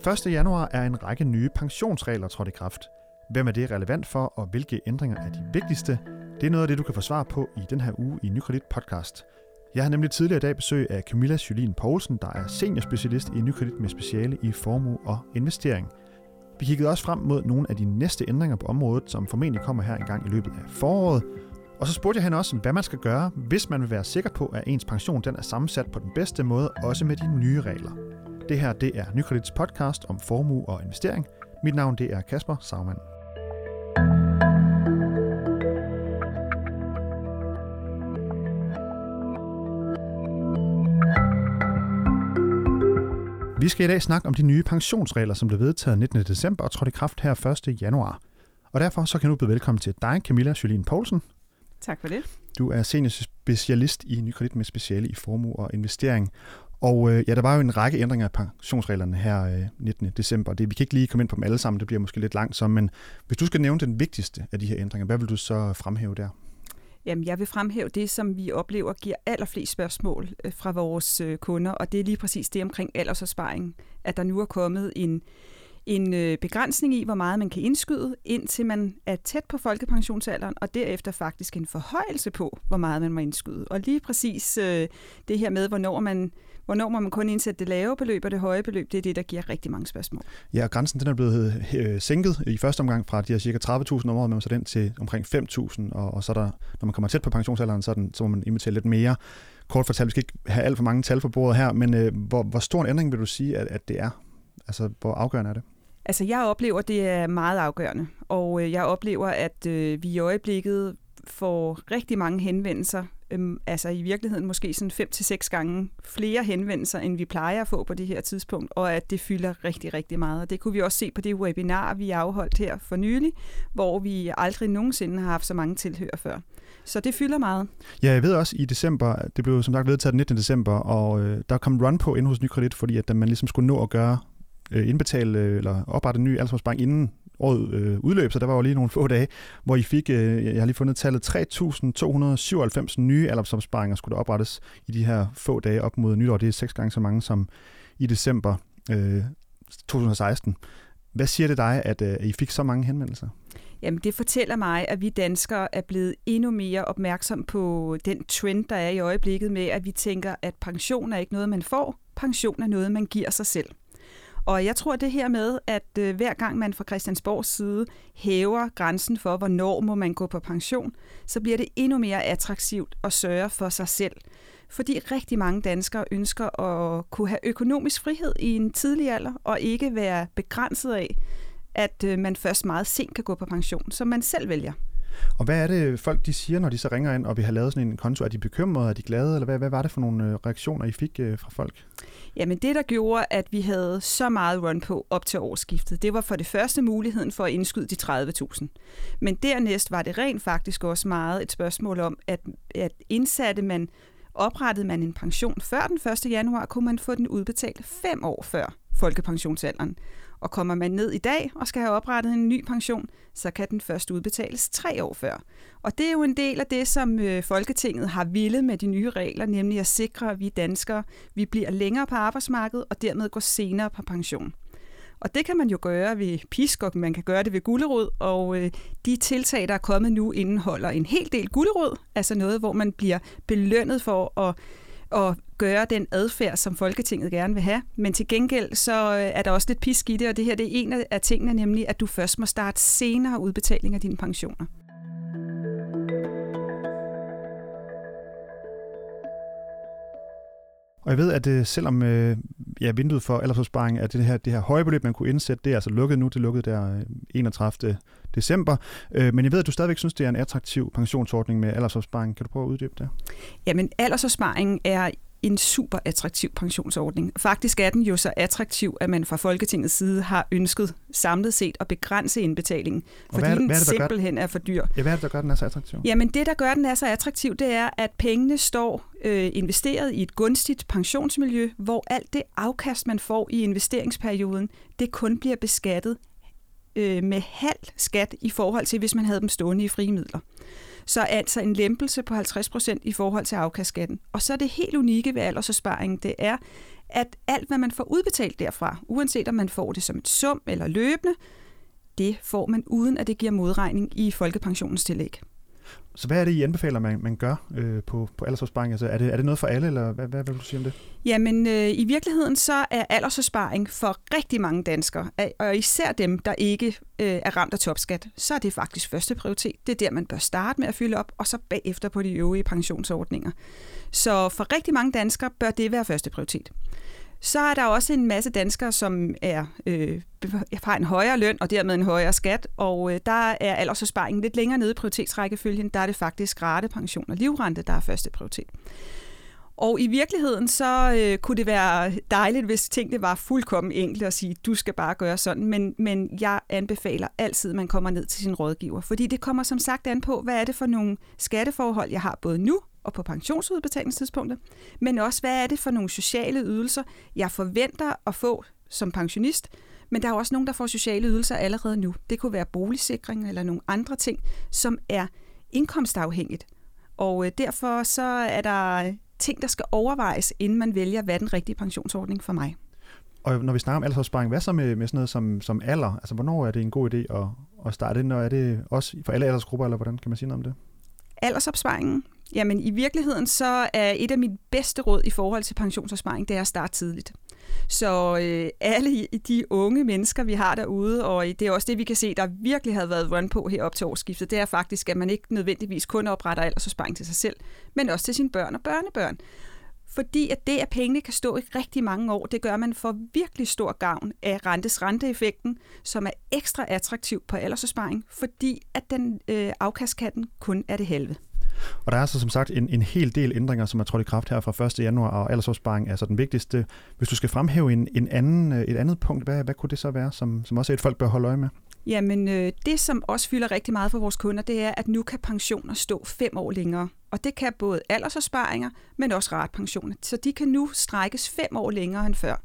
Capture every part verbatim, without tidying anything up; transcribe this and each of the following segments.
første januar er en række nye pensionsregler trådt i kraft. Hvem er det relevant for, og hvilke ændringer er de vigtigste? Det er noget af det, du kan få svar på i den her uge i Nykredit podcast. Jeg har nemlig tidligere i dag besøg af Camilla Jolien Poulsen, der er seniorspecialist i Nykredit med speciale i formue og investering. Vi kiggede også frem mod nogle af de næste ændringer på området, som formentlig kommer her en gang i løbet af foråret. Og så spurgte jeg hende også, hvad man skal gøre, hvis man vil være sikker på, at ens pension den er sammensat på den bedste måde, også med de nye regler. Det her det er Nykredits podcast om formue og investering. Mit navn det er Kasper Sagmann. Vi skal i dag snakke om de nye pensionsregler, som blev vedtaget nittende december og trådte i kraft her første januar. Og derfor så kan du byde velkommen til dig, Camilla Jolien Poulsen. Tak for det. Du er seniorspecialist i Nykredit med speciale i formue og investering. Og øh, ja, der var jo en række ændringer af pensionsreglerne her øh, nittende december. Det, vi kan ikke lige komme ind på dem alle sammen, det bliver måske lidt langt så, men hvis du skal nævne den vigtigste af de her ændringer, hvad vil du så fremhæve der? Jamen, jeg vil fremhæve det, som vi oplever giver allerflest spørgsmål øh, fra vores øh, kunder, og det er lige præcis det omkring aldersopsparing, at der nu er kommet en en øh, begrænsning i, hvor meget man kan indskyde, indtil man er tæt på folkepensionsalderen, og derefter faktisk en forhøjelse på, hvor meget man må indskyde. Og lige præcis øh, det her med, hvornår man, hvornår må man kun indsætte det lave beløb og det høje beløb, det er det, der giver rigtig mange spørgsmål. Ja, og grænsen den er blevet øh, sænket i første omgang fra de her cirka tredive tusind om året, men så den til omkring fem tusind, og, og så der, når man kommer tæt på pensionsalderen, så, den, så må man indbetale lidt mere. Kort fortalt, vi skal ikke have alt for mange tal på bordet her, men øh, hvor, hvor stor en ændring vil du sige, at, at det er? Altså, hvor afgørende er det? Altså, jeg oplever, at det er meget afgørende, og øh, jeg oplever, at øh, vi i øjeblikket får rigtig mange henvendelser, øhm, altså i virkeligheden måske sådan fem til seks gange flere henvendelser, end vi plejer at få på det her tidspunkt, og at det fylder rigtig, rigtig meget. Og det kunne vi også se på det webinar, vi afholdt her for nylig, hvor vi aldrig nogensinde har haft så mange tilhører før. Så det fylder meget. Ja, jeg ved også i december, det blev som sagt vedtaget den nittende december, og øh, der kom run på inde hos Nykredit, fordi at man ligesom skulle nå at gøre indbetale eller oprette en ny aldersopsparing inden året øh, udløb, så der var jo lige nogle få dage, hvor I fik, øh, jeg har lige fundet tallet, tre tusind to hundrede syvoghalvfems nye aldersopsparinger skulle der oprettes i de her få dage op mod nytår. Det er seks gange så mange som i december øh, to tusind og seksten. Hvad siger det dig, at øh, I fik så mange henvendelser? Jamen, det fortæller mig, at vi danskere er blevet endnu mere opmærksom på den trend, der er i øjeblikket med, at vi tænker, at pension er ikke noget, man får. Pension er noget, man giver sig selv. Og jeg tror det her med, at øh, hver gang man fra Christiansborgs side hæver grænsen for, hvornår må man gå på pension, så bliver det endnu mere attraktivt at sørge for sig selv. Fordi rigtig mange danskere ønsker at kunne have økonomisk frihed i en tidlig alder, og ikke være begrænset af, at øh, man først meget sent kan gå på pension, som man selv vælger. Og hvad er det, folk de siger, når de så ringer ind, og vi har lavet sådan en konto? Er de bekymrede? Er de glade? Eller hvad, hvad var det for nogle reaktioner, I fik fra folk? Jamen det, der gjorde, at vi havde så meget run på op til årsskiftet, det var for det første muligheden for at indskyde de tredive tusind. Men dernæst var det rent faktisk også meget et spørgsmål om, at, at indsatte man, oprettede man en pension før den første januar, kunne man få den udbetalt fem år før folkepensionsalderen. Og kommer man ned i dag og skal have oprettet en ny pension, så kan den først udbetales tre år før. Og det er jo en del af det, som øh, Folketinget har ville med de nye regler, nemlig at sikre, at vi danskere vi bliver længere på arbejdsmarkedet og dermed går senere på pension. Og det kan man jo gøre ved pisk, og man kan gøre det ved gulerod, og øh, de tiltag, der er kommet nu, indeholder en hel del gulerod, altså noget, hvor man bliver belønnet for at og gøre den adfærd, som Folketinget gerne vil have. Men til gengæld så er der også lidt pisk i det, og det her det er en af tingene, nemlig at du først må starte senere udbetaling af dine pensioner. Og jeg ved, at selvom ja, vinduet for aldersopsparing er det her, det her høje beløb, man kunne indsætte, det er altså lukket nu. Det lukkede der enogtredivte december. Men jeg ved, at du stadigvæk synes, det er en attraktiv pensionsordning med aldersopsparing. Kan du prøve at uddybe det? Jamen, aldersopsparing er en super attraktiv pensionsordning. Faktisk er den jo så attraktiv, at man fra Folketingets side har ønsket samlet set at begrænse indbetalingen, fordi hvad er, den hvad er det, simpelthen er for dyr. Ja, hvad er det, der gør, den er så attraktiv? Jamen det, der gør, den er så attraktiv, det er, at pengene står øh, investeret i et gunstigt pensionsmiljø, hvor alt det afkast, man får i investeringsperioden, det kun bliver beskattet øh, med halv skat i forhold til, hvis man havde dem stående i frie midler. Så altså en lempelse på halvtreds procent i forhold til afkastskatten. Og så er det helt unikke ved aldersopsparingen, det er, at alt, hvad man får udbetalt derfra, uanset om man får det som et sum eller løbende, det får man uden, at det giver modregning i folkepensionens tillæg. Så hvad er det, I anbefaler, man, man gør øh, på, på aldersopsparing? Altså, er, det, er det noget for alle, eller hvad, hvad, hvad vil du sige om det? Jamen, øh, i virkeligheden så er aldersopsparing for rigtig mange danskere, og især dem, der ikke øh, er ramt af topskat, så er det faktisk første prioritet. Det er der, man bør starte med at fylde op, og så bagefter på de øvrige pensionsordninger. Så for rigtig mange danskere bør det være første prioritet. Så er der også en masse danskere, som er, øh, har en højere løn og dermed en højere skat, og øh, der er aldersopsparingen lidt længere nede i prioritetsrækkefølgen. Der er det faktisk ratepension og livrente, der er første prioritet. Og i virkeligheden så øh, kunne det være dejligt, hvis tingene var fuldkommen enkle at sige, du skal bare gøre sådan, men, men jeg anbefaler altid, at man kommer ned til sin rådgiver, fordi det kommer som sagt an på, hvad er det for nogle skatteforhold, jeg har både nu og på pensionsudbetalingstidspunktet, men også hvad er det for nogle sociale ydelser, jeg forventer at få som pensionist, men der er også nogen, der får sociale ydelser allerede nu. Det kunne være boligsikring eller nogle andre ting, som er indkomstafhængigt. Og øh, derfor så er der ting, der skal overvejes, inden man vælger, hvad er den rigtige pensionsordning for mig. Og når vi snakker om aldersopsparing, hvad så med, med sådan noget som, som alder? Altså, hvornår er det en god idé at, at starte? Når er det også for alle aldersgrupper, eller hvordan kan man sige noget om det? Aldersopsparingen? Jamen, i virkeligheden så er et af mine bedste råd i forhold til pensionsopsparing, det er at starte tidligt. Så øh, alle de unge mennesker, vi har derude, og det er også det, vi kan se, der virkelig har været run på her op til årsskiftet, det er faktisk, at man ikke nødvendigvis kun opretter aldersopsparing til sig selv, men også til sine børn og børnebørn. Fordi at det, at pengene kan stå i rigtig mange år, det gør man for virkelig stor gavn af rentes renteeffekten, som er ekstra attraktiv på aldersopsparing, fordi at den øh, afkastskatten kun er det halve. Og der er altså som sagt en, en hel del ændringer, som er trådt i kraft her fra første januar, og aldersopsparing er altså den vigtigste. Hvis du skal fremhæve en, en anden, et andet punkt, hvad, hvad kunne det så være, som, som også et folk bør holde øje med? Jamen, øh, det som også fylder rigtig meget for vores kunder, det er, at nu kan pensioner stå fem år længere. Og det kan både aldersopsparinger, men også ratepensioner. Så de kan nu strækkes fem år længere end før.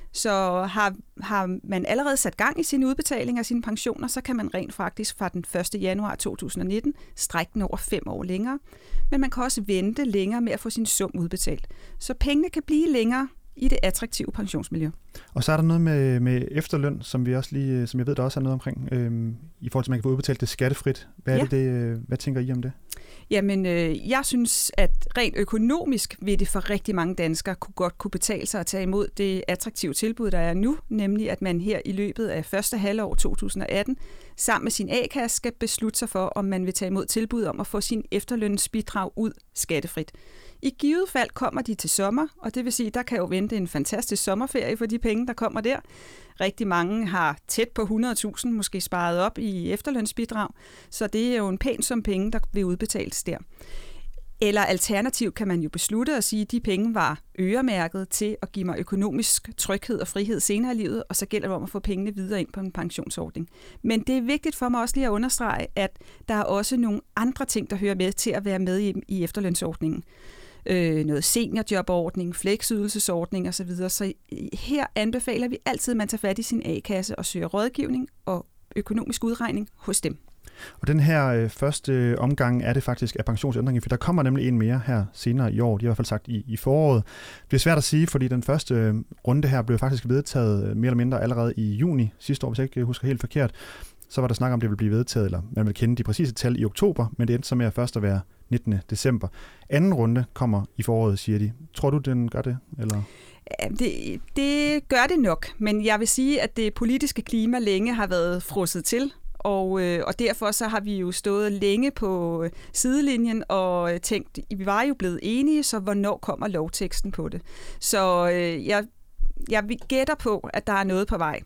Så har, har man allerede sat gang i sine udbetalinger af sine pensioner, så kan man rent faktisk fra den første januar to tusind nitten strække den over fem år længere. Men man kan også vente længere med at få sin sum udbetalt. Så pengene kan blive længere i det attraktive pensionsmiljø. Og så er der noget med, med efterløn, som vi også lige, som jeg ved, der også er noget omkring, øhm, i forhold til, at man kan få udbetalt det skattefrit. Hvad, er ja. det, det, hvad tænker I om det? Jamen, øh, jeg synes, at rent økonomisk vil det for rigtig mange danskere kunne godt kunne betale sig at tage imod det attraktive tilbud, der er nu, nemlig at man her i løbet af første halvår to tusind atten sammen med sin A-kasse skal beslutte sig for, om man vil tage imod tilbud om at få sin efterlønsbidrag ud skattefrit. I givet fald kommer de til sommer, og det vil sige, der kan jo vente en fantastisk sommerferie for de penge, der kommer der. Rigtig mange har tæt på hundrede tusind måske sparet op i efterlønsbidrag, så det er jo en pæn sum penge, der vil udbetales der. Eller alternativt kan man jo beslutte at sige, at de penge var øremærket til at give mig økonomisk tryghed og frihed senere i livet, og så gælder det om at få pengene videre ind på en pensionsordning. Men det er vigtigt for mig også lige at understrege, at der er også nogle andre ting, der hører med til at være med i, i efterlønsordningen. Øh, noget seniorjobordning, fleksydelsesordning osv. Så her anbefaler vi altid, at man tager fat i sin A-kasse og søger rådgivning og økonomisk udregning hos dem. Og den her øh, første omgang er det faktisk af pensionsændringen, for der kommer nemlig en mere her senere i år. De har i hvert fald sagt i, i foråret. Det er svært at sige, fordi den første øh, runde her blev faktisk vedtaget øh, mere eller mindre allerede i juni sidste år, hvis jeg ikke husker helt forkert. Så var der snak om, det ville blive vedtaget, eller man vil kende de præcise tal i oktober, men det endte så med at først at være nittende december. Anden runde kommer i foråret, siger de. Tror du, den gør det? Eller? Det, det gør det nok, men jeg vil sige, at det politiske klima længe har været frosset til, og, øh, og derfor så har vi jo stået længe på sidelinjen og tænkt, vi var jo blevet enige, så hvornår kommer lovteksten på det? Så øh, jeg, jeg gætter på, at der er noget på vej.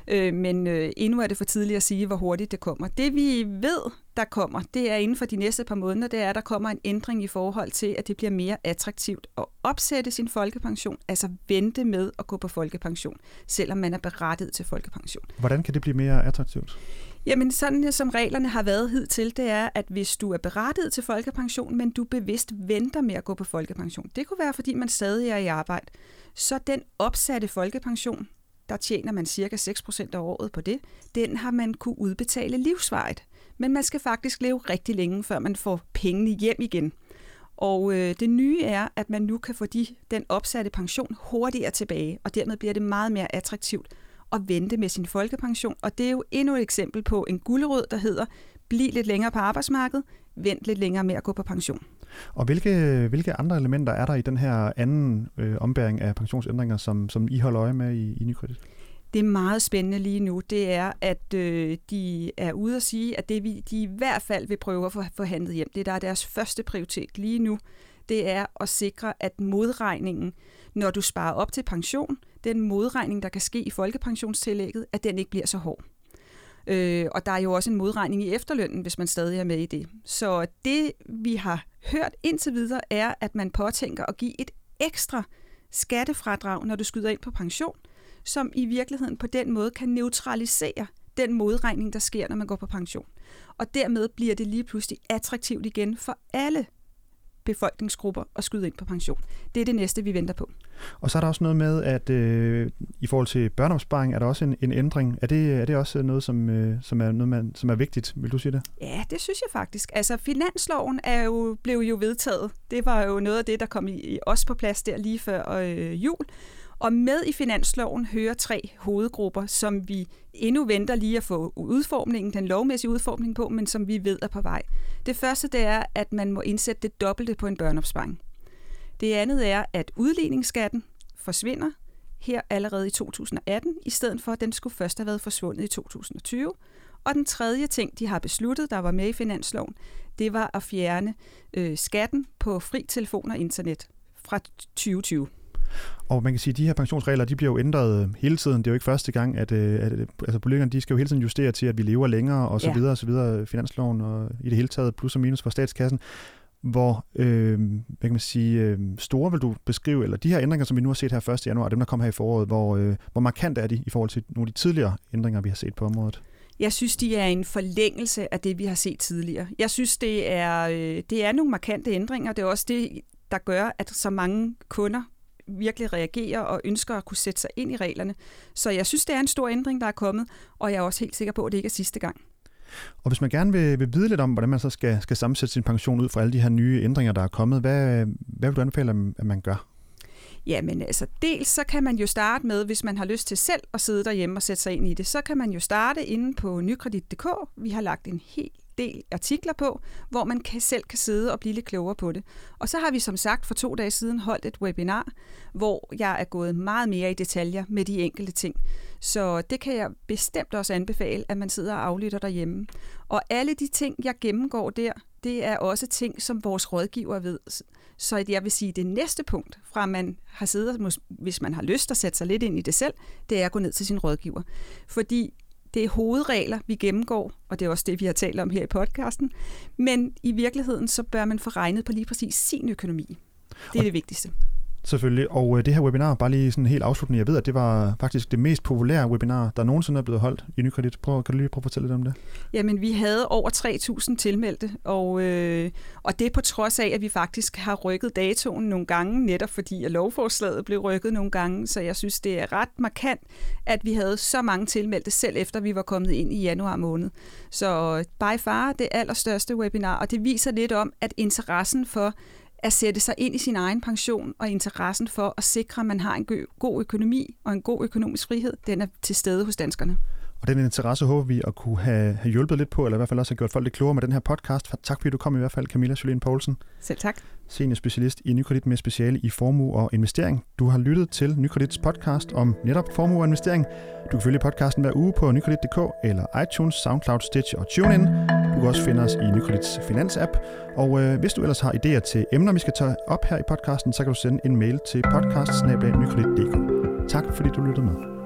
Men øh, endnu er det for tidligt at sige, hvor hurtigt det kommer. Det vi ved, der kommer, det er inden for de næste par måneder, det er, at der kommer en ændring i forhold til, at det bliver mere attraktivt at opsætte sin folkepension, altså vente med at gå på folkepension, selvom man er berettiget til folkepension. Hvordan kan det blive mere attraktivt? Jamen sådan som reglerne har været hidtil, det er, at hvis du er berettiget til folkepension, men du bevidst venter med at gå på folkepension, det kunne være, fordi man stadig er i arbejde, så den opsatte folkepension, der tjener man cirka seks procent af året på det, den har man kunne udbetale livsvarigt. men man skal faktisk leve rigtig længe, før man får pengene hjem igen. Og øh, det nye er, at man nu kan få de, den opsatte pension hurtigere tilbage, og dermed bliver det meget mere attraktivt at vente med sin folkepension. Og det er jo endnu et eksempel på en gulerod, der hedder, bliv lidt længere på arbejdsmarkedet, vent lidt længere med at gå på pension. Og hvilke, hvilke andre elementer er der i den her anden øh, ombæring af pensionsændringer, som, som I holder øje med i, i Nykredit? Det er meget spændende lige nu, det er, at øh, de er ude at sige, at det vi, de i hvert fald vil prøve at få forhandlet hjem, det der er deres første prioritet lige nu, det er at sikre, at modregningen, når du sparer op til pension, den modregning, der kan ske i folkepensionstillægget, at den ikke bliver så hård. Øh, og der er jo også en modregning i efterlønnen, hvis man stadig er med i det. Så det, vi har hørt indtil videre, er, at man påtænker at give et ekstra skattefradrag, når du skyder ind på pension, som i virkeligheden på den måde kan neutralisere den modregning, der sker, når man går på pension. Og dermed bliver det lige pludselig attraktivt igen for alle befolkningsgrupper at skyde ind på pension. Det er det næste, vi venter på. Og så er der også noget med, at øh, i forhold til børneopsparing, er der også en, en ændring. Er det, er det også noget, som, øh, som, er noget man, som er vigtigt? Vil du sige det? Ja, det synes jeg faktisk. Altså, finansloven er jo, blev jo vedtaget. Det var jo noget af det, der kom i, i os på plads der lige før øh, jul. Og med i finansloven hører tre hovedgrupper, som vi endnu venter lige at få udformningen, den lovmæssige udformning på, men som vi ved er på vej. Det første det er, at man må indsætte det dobbelte på en børneopsparing. Det andet er, at udligningsskatten forsvinder her allerede i to tusind atten, i stedet for at den skulle først have været forsvundet i to tusind tyve. Og den tredje ting, de har besluttet, der var med i finansloven, det var at fjerne øh, skatten på fri telefon og internet fra tyve tyve. Og man kan sige, at de her pensionsregler, de bliver jo ændret hele tiden. Det er jo ikke første gang, at, at altså politikerne, de skal jo hele tiden justere til, at vi lever længere og så ja. videre og så videre. Finansloven og i det hele taget plus og minus for statskassen. Hvor, øh, hvad kan man sige, øh, store vil du beskrive, eller de her ændringer, som vi nu har set her første januar, dem der kom her i foråret, hvor, øh, hvor markant er de i forhold til nogle af de tidligere ændringer, vi har set på området? Jeg synes, de er en forlængelse af det, vi har set tidligere. Jeg synes, det er, øh, det er nogle markante ændringer. Det er også det, der gør, at så mange kunder virkelig reagerer og ønsker at kunne sætte sig ind i reglerne. Så jeg synes, det er en stor ændring, der er kommet, og jeg er også helt sikker på, at det ikke er sidste gang. Og hvis man gerne vil, vil vide lidt om, hvordan man så skal, skal sammensætte sin pension ud fra alle de her nye ændringer, der er kommet, hvad, hvad vil du anbefale, at man gør? Jamen altså, dels så kan man jo starte med, hvis man har lyst til selv at sidde derhjemme og sætte sig ind i det, så kan man jo starte inde på nykredit punktum d k. Vi har lagt en hel del artikler på, hvor man kan, selv kan sidde og blive lidt klogere på det. Og så har vi som sagt for to dage siden holdt et webinar, hvor jeg er gået meget mere i detaljer med de enkelte ting. Så det kan jeg bestemt også anbefale, at man sidder og aflytter derhjemme. Og alle de ting, jeg gennemgår der, det er også ting, som vores rådgiver ved. Så jeg vil sige, at det næste punkt, fra man har siddet, hvis man har lyst at sætte sig lidt ind i det selv, det er at gå ned til sin rådgiver. Fordi det er hovedregler, vi gennemgår, og det er også det, vi har talt om her i podcasten. Men i virkeligheden, så bør man få regnet på lige præcis sin økonomi. Det er det vigtigste. Selvfølgelig, og det her webinar, bare lige sådan helt afsluttende, jeg ved, at det var faktisk det mest populære webinar, der nogensinde er blevet holdt i Nykredit. Prøv, kan du lige prøve at fortælle lidt om det? Jamen, vi havde over tre tusind tilmeldte, og, øh, og det på trods af, at vi faktisk har rykket datoen nogle gange, netop fordi at lovforslaget blev rykket nogle gange, så jeg synes, det er ret markant, at vi havde så mange tilmeldte, selv efter vi var kommet ind i januar måned. Så by far det allerstørste webinar, og det viser lidt om, at interessen for at sætte sig ind i sin egen pension og interessen for at sikre, at man har en god økonomi og en god økonomisk frihed, den er til stede hos danskerne. Og den interesse håber vi at kunne have, have hjulpet lidt på, eller i hvert fald også have gjort folk lidt klogere med den her podcast. Tak fordi du kom i hvert fald, Camilla Sølén Poulsen. Selv tak. Senior specialist i Nykredit med speciale i formue og investering. Du har lyttet til Nykredits podcast om netop formue og investering. Du kan følge podcasten hver uge på nykredit punktum d k eller iTunes, SoundCloud, Stitch og TuneIn. Du kan også finde os i Nykredits finans-app. Og øh, hvis du ellers har idéer til emner, vi skal tage op her i podcasten, så kan du sende en mail til podcast snabel-a nykredit punktum d k. Tak fordi du lyttede med.